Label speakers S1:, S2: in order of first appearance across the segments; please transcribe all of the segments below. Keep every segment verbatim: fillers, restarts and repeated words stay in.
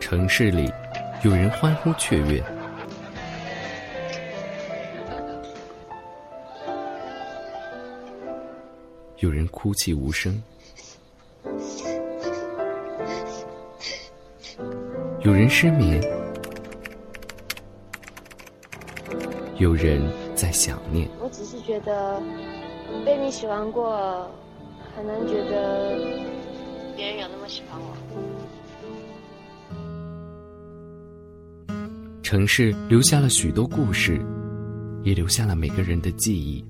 S1: 城市里，有人欢呼雀跃，有人哭泣无声，有人失眠，有人在想念。
S2: 我只是觉得被你喜欢过，很难觉得别人有那么喜欢我。
S1: 城市留下了许多故事，也留下了每个人的记忆。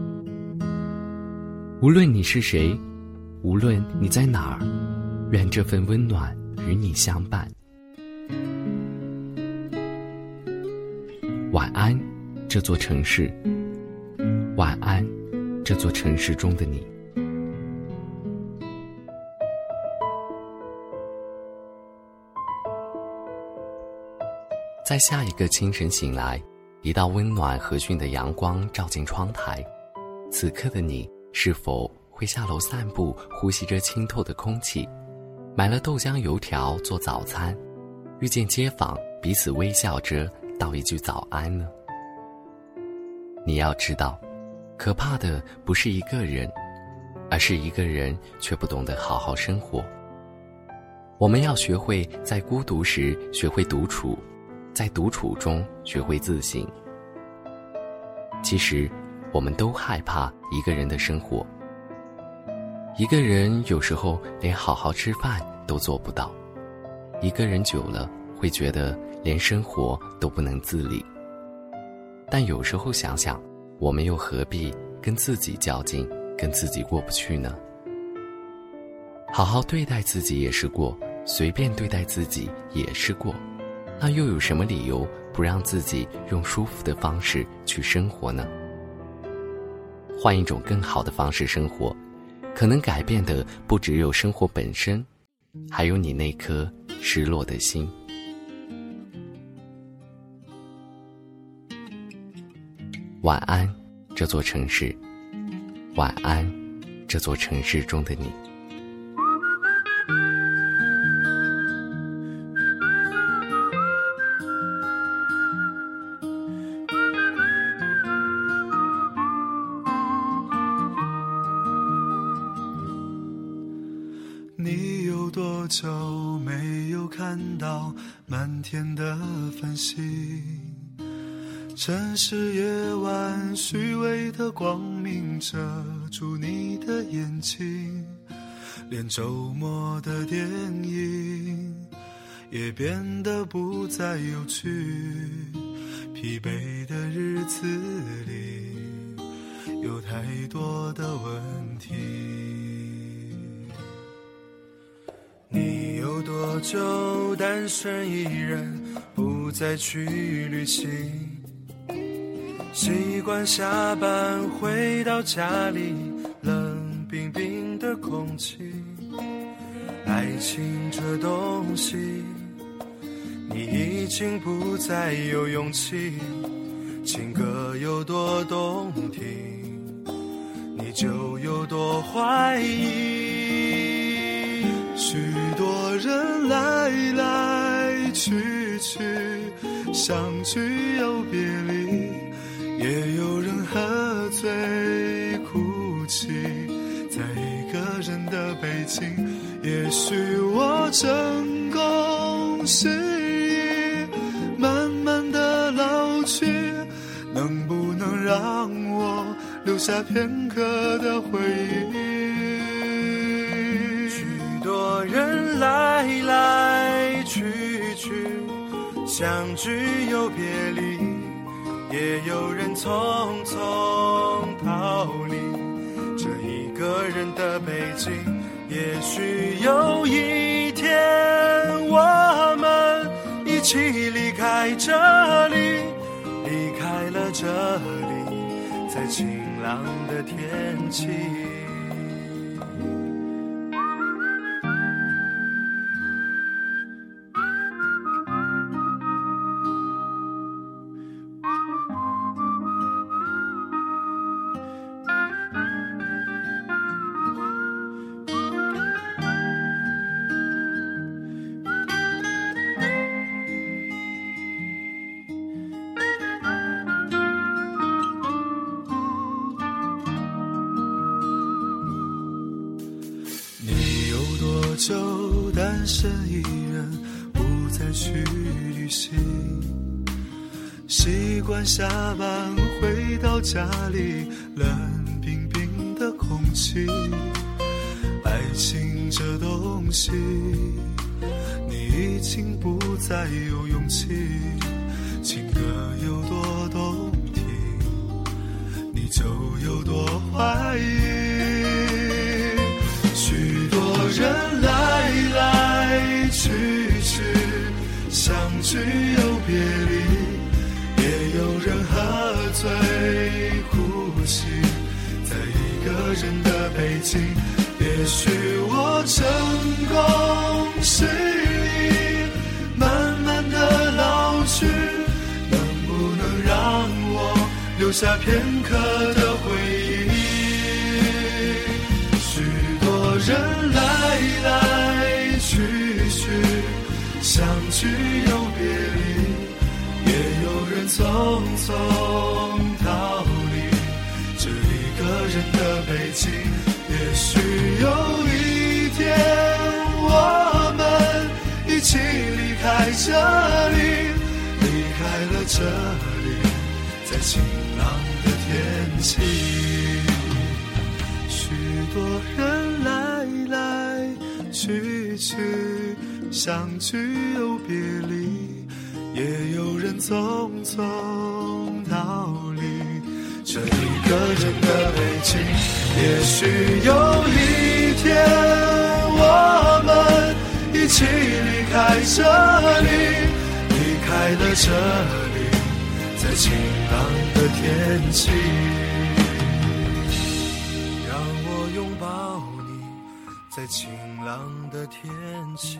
S1: 无论你是谁，无论你在哪儿，愿这份温暖与你相伴。晚安，这座城市。晚安，这座城市中的你。在下一个清晨醒来，一道温暖和煦的阳光照进窗台，此刻的你是否会下楼散步，呼吸着清透的空气，买了豆浆油条做早餐，遇见街坊彼此微笑着道一句早安呢？你要知道，可怕的不是一个人，而是一个人却不懂得好好生活。我们要学会在孤独时学会独处，在独处中学会自省。其实我们都害怕一个人的生活，一个人有时候连好好吃饭都做不到，一个人久了会觉得连生活都不能自理。但有时候想想，我们又何必跟自己较劲，跟自己过不去呢？好好对待自己也是过，随便对待自己也是过，那又有什么理由不让自己用舒服的方式去生活呢？换一种更好的方式生活，可能改变的不只有生活本身，还有你那颗失落的心。晚安，这座城市。晚安，这座城市中的你。
S3: 你有多久没有看到满天的繁星？城市夜晚虚伪的光明遮住你的眼睛，连周末的电影也变得不再有趣，疲惫的日子里有太多的问题。你有多久单身一人不再去旅行？习惯下班回到家里，冷冰冰的空气。爱情这东西，你已经不再有勇气。情歌有多动听，你就有多怀疑。许多人来来去去，相聚又别离，也有人喝醉哭泣，在一个人的北京。也许我成功失意，慢慢的老去，能不能让我留下片刻的回忆？许多人来来去去，相聚又别离，也有人匆匆逃离这一个人的北京。也许有一天我们一起离开这里，离开了这里，在晴朗的天气。 就单身一人，不再去旅行，习惯下班回到家里，冷冰冰的空气。爱情这东西，你已经不再有勇气。情歌有多动听，你就有多怀疑。许多人来来去去，相聚又别离，也有人喝醉呼吸，在一个人的北京。也许我成功失意，慢慢的老去，能不能让我留下片刻的回忆？许多人来来去去，相聚又别离，也有人匆匆逃离这一个人的北京。也许有一天我们一起离开这里，离开了这里，在晴朗的天气。许多人来来去去，相聚又别离，也有人匆匆逃离这一个人的北京。也许有一天我们一起离开这里，离开了这里，在晴朗的天气。让我拥抱你，在晴朗的天气。